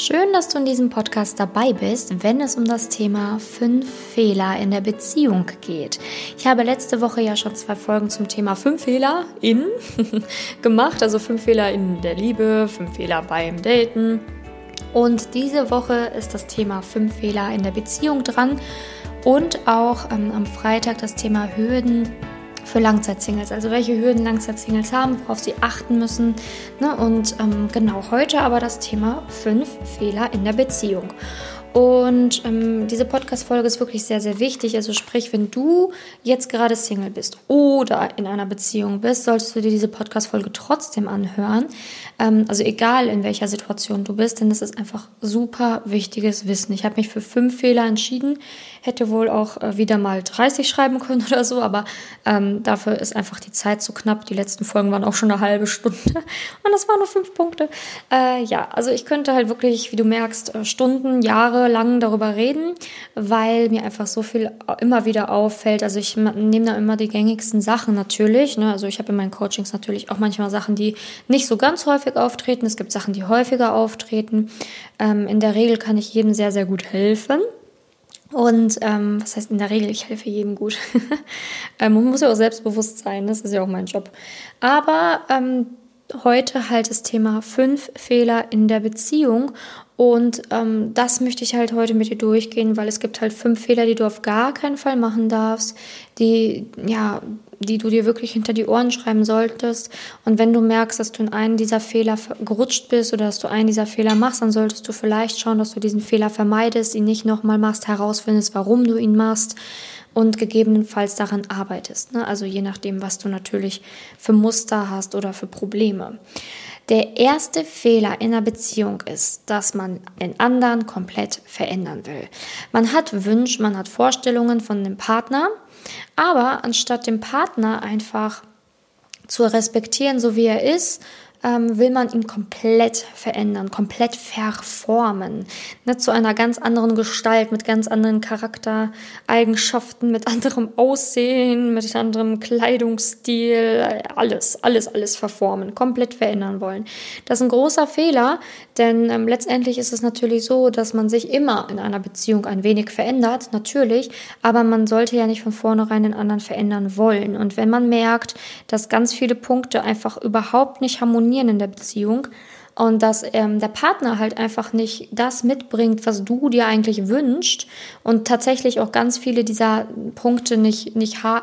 Schön, dass du in diesem Podcast dabei bist, wenn es um das Thema 5 Fehler in der Beziehung geht. Ich habe letzte Woche ja schon 2 Folgen zum Thema 5 Fehler in gemacht, also 5 Fehler in der Liebe, 5 Fehler beim Daten. Und diese Woche ist das Thema 5 Fehler in der Beziehung dran und auch am Freitag das Thema Hürden für Langzeitsingles, also welche Hürden Langzeitsingles haben, worauf sie achten müssen. Ne? Und genau heute aber das Thema 5 Fehler in der Beziehung. Und diese Podcast-Folge ist wirklich sehr, sehr wichtig. Also sprich, wenn du jetzt gerade Single bist oder in einer Beziehung bist, solltest du dir diese Podcast-Folge trotzdem anhören. Also egal, in welcher Situation du bist, denn das ist einfach super wichtiges Wissen. Ich habe mich für 5 Fehler entschieden, hätte wohl auch wieder mal 30 schreiben können oder so, aber dafür ist einfach die Zeit zu knapp. Die letzten Folgen waren auch schon eine halbe Stunde und das waren nur 5 Punkte. Also ich könnte halt wirklich, wie du merkst, Stunden, Jahre lang darüber reden, weil mir einfach so viel immer wieder auffällt. Also ich nehme da immer die gängigsten Sachen natürlich. Ne? Also ich habe in meinen Coachings natürlich auch manchmal Sachen, die nicht so ganz häufig auftreten. Es gibt Sachen, die häufiger auftreten. In der Regel kann ich jedem sehr, sehr gut helfen. Und was heißt in der Regel, ich helfe jedem gut. Man muss ja auch selbstbewusst sein, das ist ja auch mein Job. Aber heute halt das Thema 5 Fehler in der Beziehung und das möchte ich halt heute mit dir durchgehen, weil es gibt halt 5 Fehler, die du auf gar keinen Fall machen darfst, die du dir wirklich hinter die Ohren schreiben solltest. Und wenn du merkst, dass du in einen dieser Fehler gerutscht bist oder dass du einen dieser Fehler machst, dann solltest du vielleicht schauen, dass du diesen Fehler vermeidest, ihn nicht nochmal machst, herausfindest, warum du ihn machst und gegebenenfalls daran arbeitest. Ne? Also je nachdem, was du natürlich für Muster hast oder für Probleme. Der erste Fehler in einer Beziehung ist, dass man den anderen komplett verändern will. Man hat Wünsche, man hat Vorstellungen von dem Partner, aber anstatt den Partner einfach zu respektieren, so wie er ist, will man ihn komplett verändern, komplett verformen, ne, zu einer ganz anderen Gestalt, mit ganz anderen Charaktereigenschaften, mit anderem Aussehen, mit anderem Kleidungsstil, alles verformen, komplett verändern wollen. Das ist ein großer Fehler, denn letztendlich ist es natürlich so, dass man sich immer in einer Beziehung ein wenig verändert, natürlich, aber man sollte ja nicht von vornherein den anderen verändern wollen. Und wenn man merkt, dass ganz viele Punkte einfach überhaupt nicht harmonieren in der Beziehung und dass der Partner halt einfach nicht das mitbringt, was du dir eigentlich wünschst und tatsächlich auch ganz viele dieser Punkte nicht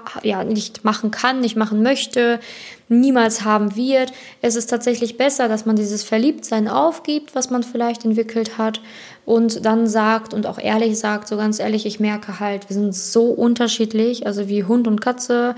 machen kann, nicht machen möchte, niemals haben wird. Es ist tatsächlich besser, dass man dieses Verliebtsein aufgibt, was man vielleicht entwickelt hat und dann sagt und auch ehrlich sagt, so ganz ehrlich, ich merke halt, wir sind so unterschiedlich, also wie Hund und Katze.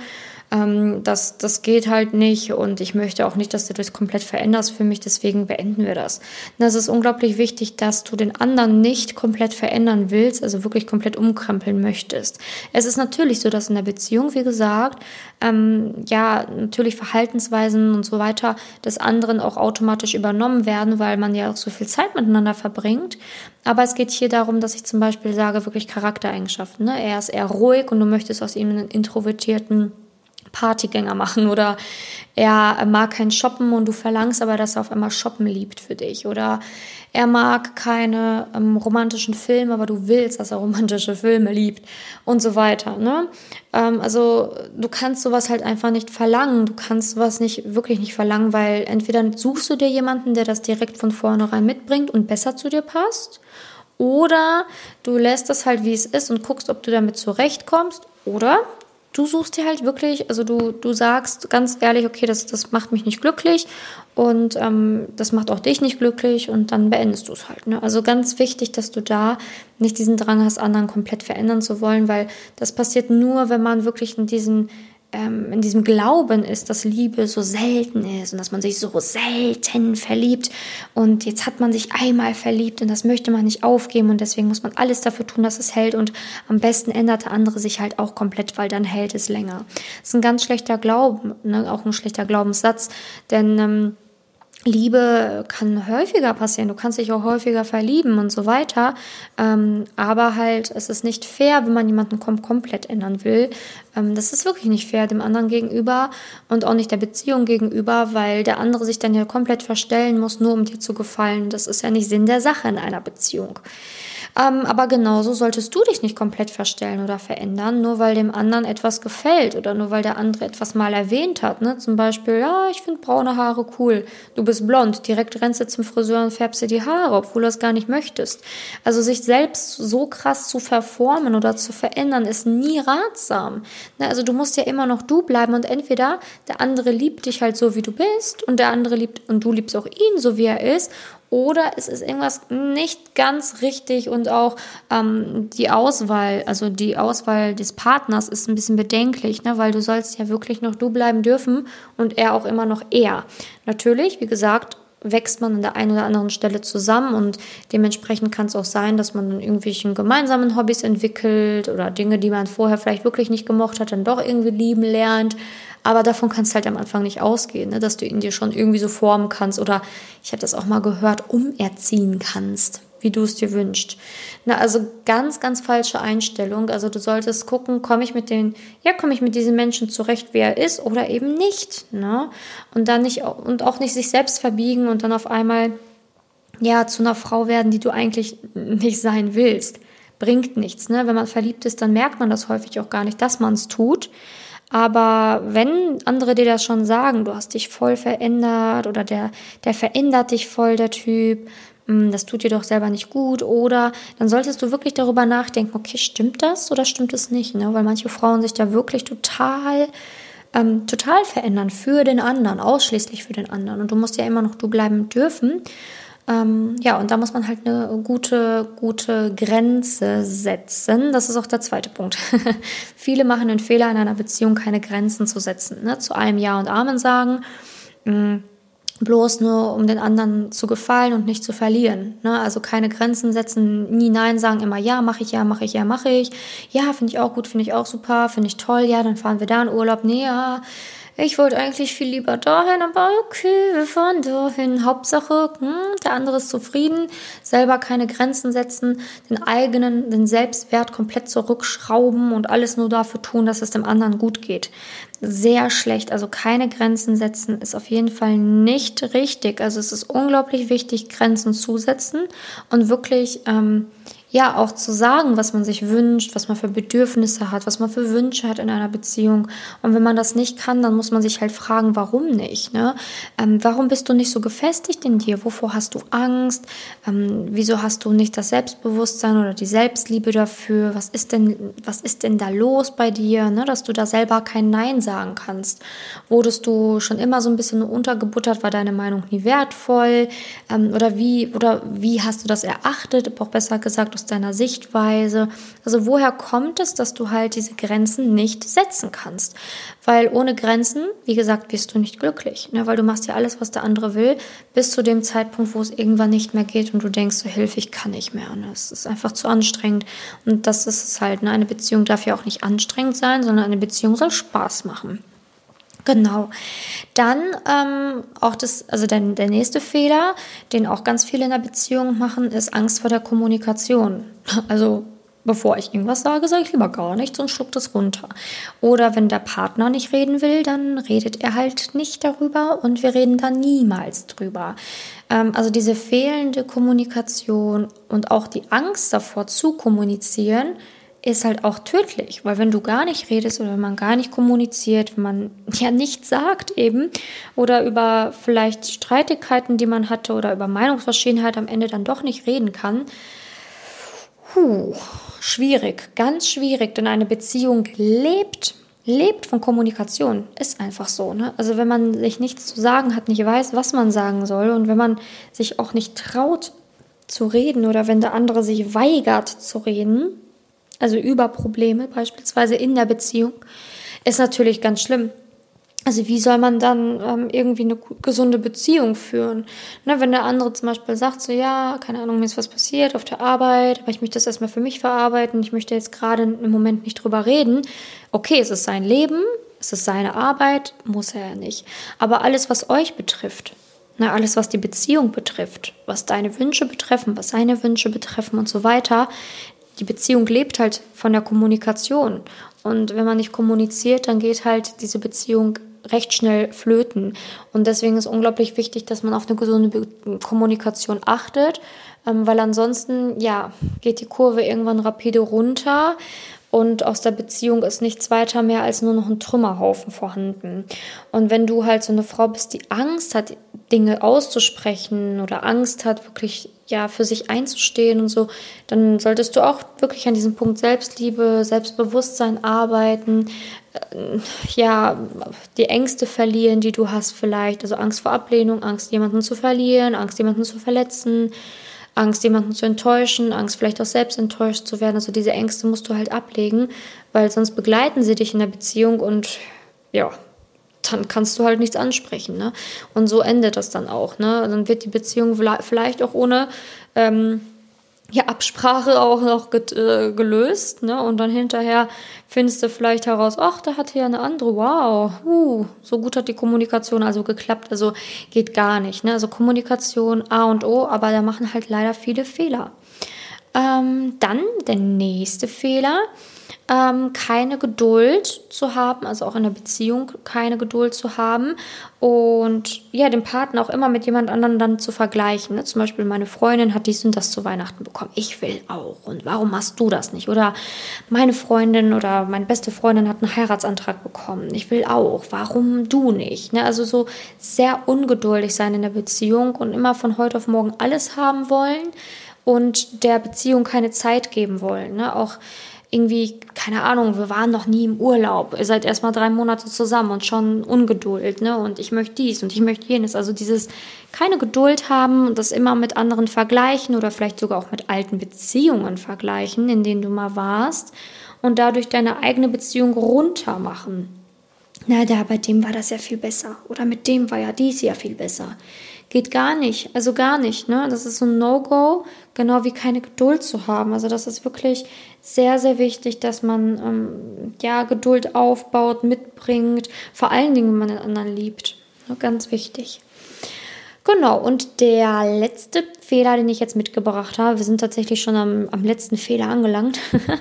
Das geht halt nicht und ich möchte auch nicht, dass du das komplett veränderst für mich, deswegen beenden wir das. Und das ist unglaublich wichtig, dass du den anderen nicht komplett verändern willst, also wirklich komplett umkrempeln möchtest. Es ist natürlich so, dass in der Beziehung, wie gesagt, natürlich Verhaltensweisen und so weiter des anderen auch automatisch übernommen werden, weil man ja auch so viel Zeit miteinander verbringt. Aber es geht hier darum, dass ich zum Beispiel sage, wirklich Charaktereigenschaften. Ne? Er ist eher ruhig und du möchtest aus ihm einen introvertierten Partygänger machen oder er mag kein Shoppen und du verlangst aber, dass er auf einmal Shoppen liebt für dich oder er mag keine romantischen Filme, aber du willst, dass er romantische Filme liebt und so weiter. Ne? Also du kannst sowas halt einfach nicht verlangen, du kannst sowas wirklich nicht verlangen, weil entweder suchst du dir jemanden, der das direkt von vornherein mitbringt und besser zu dir passt oder du lässt es halt, wie es ist und guckst, ob du damit zurechtkommst oder du suchst dir halt wirklich, also du sagst ganz ehrlich, okay, das macht mich nicht glücklich und das macht auch dich nicht glücklich und dann beendest du es halt. Ne? Also ganz wichtig, dass du da nicht diesen Drang hast, anderen komplett verändern zu wollen, weil das passiert nur, wenn man wirklich in diesem Glauben ist, dass Liebe so selten ist und dass man sich so selten verliebt und jetzt hat man sich einmal verliebt und das möchte man nicht aufgeben und deswegen muss man alles dafür tun, dass es hält und am besten ändert der andere sich halt auch komplett, weil dann hält es länger. Das ist ein ganz schlechter Glauben, ne? Auch ein schlechter Glaubenssatz, denn Liebe kann häufiger passieren, du kannst dich auch häufiger verlieben und so weiter, aber halt, es ist nicht fair, wenn man jemanden komplett ändern will. Das ist wirklich nicht fair dem anderen gegenüber und auch nicht der Beziehung gegenüber, weil der andere sich dann ja komplett verstellen muss, nur um dir zu gefallen. Das ist ja nicht Sinn der Sache in einer Beziehung. Aber genauso solltest du dich nicht komplett verstellen oder verändern, nur weil dem anderen etwas gefällt oder nur weil der andere etwas mal erwähnt hat. Ne? Zum Beispiel, ja, ich finde braune Haare cool. Du bist blond, direkt rennst du zum Friseur und färbst dir die Haare, obwohl du das gar nicht möchtest. Also sich selbst so krass zu verformen oder zu verändern, ist nie ratsam. Ne? Also du musst ja immer noch du bleiben und entweder der andere liebt dich halt so, wie du bist und der andere liebt und du liebst auch ihn so, wie er ist. Oder es ist irgendwas nicht ganz richtig und auch die Auswahl des Partners ist ein bisschen bedenklich, ne? Weil du sollst ja wirklich noch du bleiben dürfen und er auch immer noch er. Natürlich, wie gesagt, wächst man an der einen oder anderen Stelle zusammen und dementsprechend kann es auch sein, dass man dann irgendwelchen gemeinsamen Hobbys entwickelt oder Dinge, die man vorher vielleicht wirklich nicht gemocht hat, dann doch irgendwie lieben lernt. Aber davon kannst du halt am Anfang nicht ausgehen, ne? Dass du ihn dir schon irgendwie so formen kannst oder, ich habe das auch mal gehört, umerziehen kannst, wie du es dir wünschst. Na, also ganz, ganz falsche Einstellung. Also du solltest gucken, komme ich mit diesen Menschen zurecht, wie er ist oder eben nicht, ne? Und dann nicht, und auch nicht sich selbst verbiegen und dann auf einmal, ja, zu einer Frau werden, die du eigentlich nicht sein willst. Bringt nichts, ne? Wenn man verliebt ist, dann merkt man das häufig auch gar nicht, dass man es tut. Aber wenn andere dir das schon sagen, du hast dich voll verändert oder der verändert dich voll, der Typ, das tut dir doch selber nicht gut, oder dann solltest du wirklich darüber nachdenken, okay, stimmt das oder stimmt es nicht, ne? Weil manche Frauen sich da wirklich total verändern für den anderen, ausschließlich für den anderen. Und du musst ja immer noch du bleiben dürfen. Ja, und da muss man halt eine gute Grenze setzen. Das ist auch der zweite Punkt. Viele machen den Fehler, in einer Beziehung keine Grenzen zu setzen. Ne? Zu allem Ja und Amen sagen, bloß nur um den anderen zu gefallen und nicht zu verlieren. Ne? Also keine Grenzen setzen, nie Nein sagen, immer Ja, mache ich, ja, mache ich, ja, mache ich. Ja, finde ich auch gut, finde ich auch super, finde ich toll. Ja, dann fahren wir da in Urlaub. Nee, ja, ich wollte eigentlich viel lieber dahin, aber okay, wir fahren dahin. Hauptsache, der andere ist zufrieden, selber keine Grenzen setzen, den Selbstwert komplett zurückschrauben und alles nur dafür tun, dass es dem anderen gut geht. Sehr schlecht, also keine Grenzen setzen ist auf jeden Fall nicht richtig. Also es ist unglaublich wichtig, Grenzen zu setzen und wirklich ja, auch zu sagen, was man sich wünscht, was man für Bedürfnisse hat, was man für Wünsche hat in einer Beziehung. Und wenn man das nicht kann, dann muss man sich halt fragen, warum nicht, ne? Warum bist du nicht so gefestigt in dir? Wovor hast du Angst? Wieso hast du nicht das Selbstbewusstsein oder die Selbstliebe dafür? Was ist denn da los bei dir, ne? Dass du da selber kein Nein sagen kannst? Wurdest du schon immer so ein bisschen untergebuttert? War deine Meinung nie wertvoll? Oder wie hast du das erachtet? Auch besser gesagt, aus deiner Sichtweise. Also woher kommt es, dass du halt diese Grenzen nicht setzen kannst? Weil ohne Grenzen, wie gesagt, wirst du nicht glücklich. Ne? Weil du machst ja alles, was der andere will, bis zu dem Zeitpunkt, wo es irgendwann nicht mehr geht und du denkst, so Hilfe, ich kann nicht mehr. Ne? Es ist einfach zu anstrengend. Und das ist es halt. Ne? Eine Beziehung darf ja auch nicht anstrengend sein, sondern eine Beziehung soll Spaß machen. Genau. Dann der nächste Fehler, den auch ganz viele in der Beziehung machen, ist Angst vor der Kommunikation. Also bevor ich irgendwas sage, sage ich lieber gar nichts und schluck das runter. Oder wenn der Partner nicht reden will, dann redet er halt nicht darüber und wir reden da niemals drüber. Also diese fehlende Kommunikation und auch die Angst davor zu kommunizieren, ist halt auch tödlich, weil wenn du gar nicht redest oder wenn man gar nicht kommuniziert, wenn man ja nichts sagt eben oder über vielleicht Streitigkeiten, die man hatte oder über Meinungsverschiedenheit am Ende dann doch nicht reden kann, schwierig, ganz schwierig, denn eine Beziehung lebt von Kommunikation, ist einfach so, ne? Also wenn man sich nichts zu sagen hat, nicht weiß, was man sagen soll und wenn man sich auch nicht traut zu reden oder wenn der andere sich weigert zu reden, also über Probleme, beispielsweise in der Beziehung, ist natürlich ganz schlimm. Also wie soll man dann irgendwie eine gesunde Beziehung führen? Ne, wenn der andere zum Beispiel sagt, so ja, keine Ahnung, mir ist was passiert auf der Arbeit, aber ich möchte das erstmal für mich verarbeiten, ich möchte jetzt gerade im Moment nicht drüber reden. Okay, es ist sein Leben, es ist seine Arbeit, muss er ja nicht. Aber alles, was euch betrifft, Na, alles, was die Beziehung betrifft, was deine Wünsche betreffen, was seine Wünsche betreffen und so weiter. Die Beziehung lebt halt von der Kommunikation. Und wenn man nicht kommuniziert, dann geht halt diese Beziehung recht schnell flöten. Und deswegen ist unglaublich wichtig, dass man auf eine gesunde Kommunikation achtet, weil ansonsten, ja, geht die Kurve irgendwann rapide runter und aus der Beziehung ist nichts weiter mehr als nur noch ein Trümmerhaufen vorhanden. Und wenn du halt so eine Frau bist, die Angst hat, Dinge auszusprechen oder Angst hat, wirklich ja für sich einzustehen und so, dann solltest du auch wirklich an diesem Punkt Selbstliebe, Selbstbewusstsein arbeiten, ja, die Ängste verlieren, die du hast vielleicht, also Angst vor Ablehnung, Angst jemanden zu verlieren, Angst jemanden zu verletzen, Angst, jemanden zu enttäuschen, Angst, vielleicht auch selbst enttäuscht zu werden. Also diese Ängste musst du halt ablegen, weil sonst begleiten sie dich in der Beziehung und ja, dann kannst du halt nichts ansprechen, ne? Und so endet das dann auch, ne? Dann wird die Beziehung vielleicht auch ohne Absprache auch noch gelöst, ne? Und dann hinterher findest du vielleicht heraus, ach, da hatte ja eine andere, wow, so gut hat die Kommunikation also geklappt, also geht gar nicht, ne? Also Kommunikation A und O, aber da machen halt leider viele Fehler. Dann der nächste Fehler, keine Geduld zu haben, also auch in der Beziehung keine Geduld zu haben und ja, den Partner auch immer mit jemand anderem dann zu vergleichen. Ne? Zum Beispiel meine Freundin hat dies und das zu Weihnachten bekommen. Ich will auch. Und warum machst du das nicht? Oder meine Freundin oder meine beste Freundin hat einen Heiratsantrag bekommen. Ich will auch. Warum du nicht? Ne? Also so sehr ungeduldig sein in der Beziehung und immer von heute auf morgen alles haben wollen und der Beziehung keine Zeit geben wollen. Ne? Auch irgendwie, keine Ahnung, wir waren noch nie im Urlaub. Ihr seid erst mal 3 Monate zusammen und schon Ungeduld, ne? Und ich möchte dies und ich möchte jenes. Also dieses keine Geduld haben und das immer mit anderen vergleichen oder vielleicht sogar auch mit alten Beziehungen vergleichen, in denen du mal warst und dadurch deine eigene Beziehung runter machen. Na, bei dem war das ja viel besser. Oder mit dem war ja dies ja viel besser. Geht gar nicht, also gar nicht, ne? Das ist so ein No-Go, genau wie keine Geduld zu haben. Also das ist wirklich sehr, sehr wichtig, dass man Geduld aufbaut, mitbringt, vor allen Dingen, wenn man den anderen liebt. Ja, ganz wichtig. Genau, und der letzte Fehler, den ich jetzt mitgebracht habe, wir sind tatsächlich schon am letzten Fehler angelangt,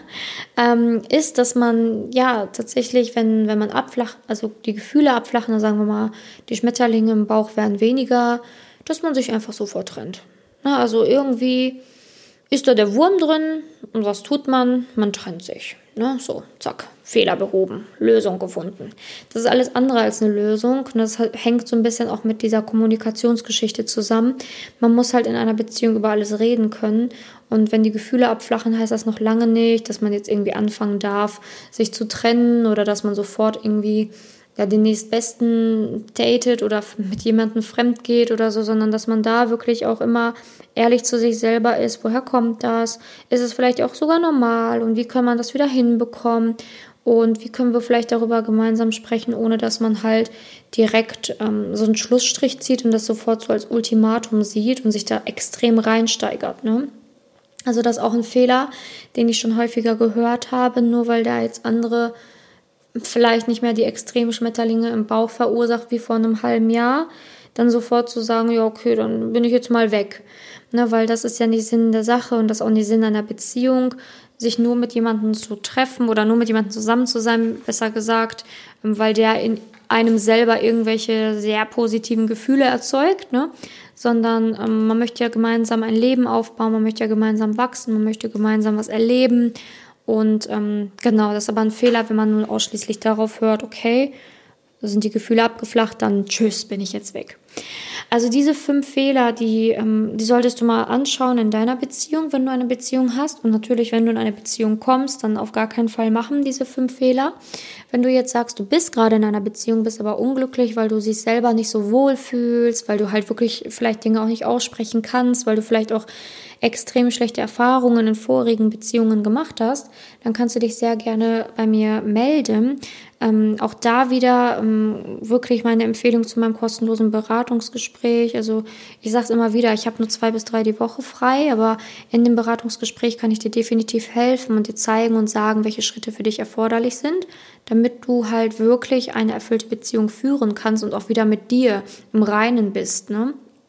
ist, dass man ja tatsächlich, wenn man abflacht, also die Gefühle abflachen, dann sagen wir mal, die Schmetterlinge im Bauch werden weniger, dass man sich einfach sofort trennt. Na, also irgendwie ist da der Wurm drin und was tut man? Man trennt sich. Ne? So, zack, Fehler behoben, Lösung gefunden. Das ist alles andere als eine Lösung und das hängt so ein bisschen auch mit dieser Kommunikationsgeschichte zusammen. Man muss halt in einer Beziehung über alles reden können und wenn die Gefühle abflachen, heißt das noch lange nicht, dass man jetzt irgendwie anfangen darf, sich zu trennen oder dass man sofort irgendwie den nächstbesten datet oder mit jemandem fremd geht oder so, sondern dass man da wirklich auch immer ehrlich zu sich selber ist. Woher kommt das? Ist es vielleicht auch sogar normal? Und wie kann man das wieder hinbekommen? Und wie können wir vielleicht darüber gemeinsam sprechen, ohne dass man halt direkt so einen Schlussstrich zieht und das sofort so als Ultimatum sieht und sich da extrem reinsteigert, ne? Also das ist auch ein Fehler, den ich schon häufiger gehört habe, nur weil da jetzt andere vielleicht nicht mehr die extremen Schmetterlinge im Bauch verursacht wie vor einem halben Jahr, dann sofort zu sagen, ja okay, dann bin ich jetzt mal weg. Ne, weil das ist ja nicht Sinn der Sache und das ist auch nicht Sinn einer Beziehung, sich nur mit jemandem zu treffen oder nur mit jemandem zusammen zu sein, besser gesagt, weil der in einem selber irgendwelche sehr positiven Gefühle erzeugt, ne? Sondern man möchte ja gemeinsam ein Leben aufbauen, man möchte ja gemeinsam wachsen, man möchte gemeinsam was erleben. Und genau, das ist aber ein Fehler, wenn man nun ausschließlich darauf hört, okay, sind die Gefühle abgeflacht, dann tschüss, bin ich jetzt weg. Also diese 5 Fehler, die solltest du mal anschauen in deiner Beziehung, wenn du eine Beziehung hast. Und natürlich, wenn du in eine Beziehung kommst, dann auf gar keinen Fall machen diese 5 Fehler. Wenn du jetzt sagst, du bist gerade in einer Beziehung, bist aber unglücklich, weil du dich selber nicht so wohl fühlst, weil du halt wirklich vielleicht Dinge auch nicht aussprechen kannst, weil du vielleicht auch extrem schlechte Erfahrungen in vorigen Beziehungen gemacht hast, dann kannst du dich sehr gerne bei mir melden. Auch da wieder wirklich meine Empfehlung zu meinem kostenlosen Beratungsgespräch. Also ich sage es immer wieder, ich habe nur 2 bis 3 die Woche frei, aber in dem Beratungsgespräch kann ich dir definitiv helfen und dir zeigen und sagen, welche Schritte für dich erforderlich sind, damit du halt wirklich eine erfüllte Beziehung führen kannst und auch wieder mit dir im Reinen bist, ne?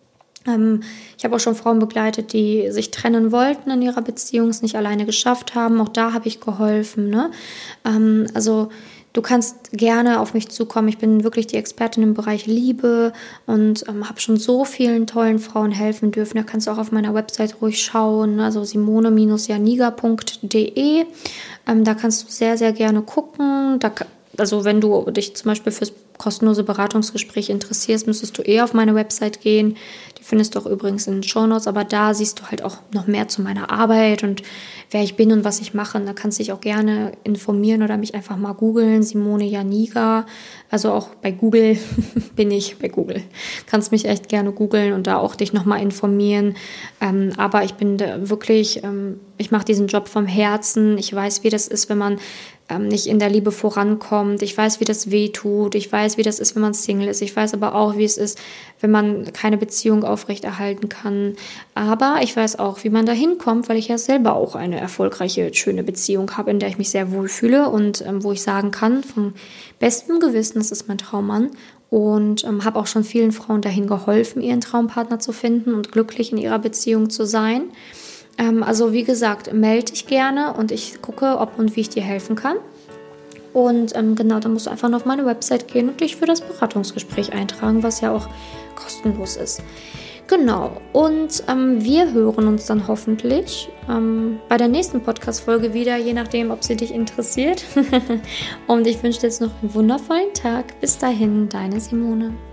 Ich habe auch schon Frauen begleitet, die sich trennen wollten in ihrer Beziehung, es nicht alleine geschafft haben. Auch da habe ich geholfen, ne? Also du kannst gerne auf mich zukommen. Ich bin wirklich die Expertin im Bereich Liebe und habe schon so vielen tollen Frauen helfen dürfen. Da kannst du auch auf meiner Website ruhig schauen, also simone-janiga.de. Da kannst du sehr, sehr gerne gucken. Also wenn du dich zum Beispiel fürs kostenlose Beratungsgespräch interessierst, müsstest du auf meine Website gehen. Die findest du auch übrigens in den Shownotes, aber da siehst du halt auch noch mehr zu meiner Arbeit und wer ich bin und was ich mache. Und da kannst du dich auch gerne informieren oder mich einfach mal googeln, Simone Janiga. Also auch bei Google bin ich bei Google. Kannst mich echt gerne googeln und da auch dich nochmal informieren. Aber ich bin da wirklich, ich mache diesen Job vom Herzen. Ich weiß, wie das ist, wenn man nicht in der Liebe vorankommt. Ich weiß, wie das weh tut. Ich weiß, wie das ist, wenn man Single ist. Ich weiß aber auch, wie es ist, wenn man keine Beziehung aufrechterhalten kann. Aber ich weiß auch, wie man da hinkommt, weil ich ja selber auch eine erfolgreiche, schöne Beziehung habe, in der ich mich sehr wohlfühle und wo ich sagen kann, von bestem Gewissen, das ist mein Traummann. Und habe auch schon vielen Frauen dahin geholfen, ihren Traumpartner zu finden und glücklich in ihrer Beziehung zu sein. Also wie gesagt, melde dich gerne und ich gucke, ob und wie ich dir helfen kann. Und genau, dann musst du einfach nur auf meine Website gehen und dich für das Beratungsgespräch eintragen, was ja auch kostenlos ist. Genau, und wir hören uns dann hoffentlich bei der nächsten Podcast-Folge wieder, je nachdem, ob sie dich interessiert. Und ich wünsche dir jetzt noch einen wundervollen Tag. Bis dahin, deine Simone.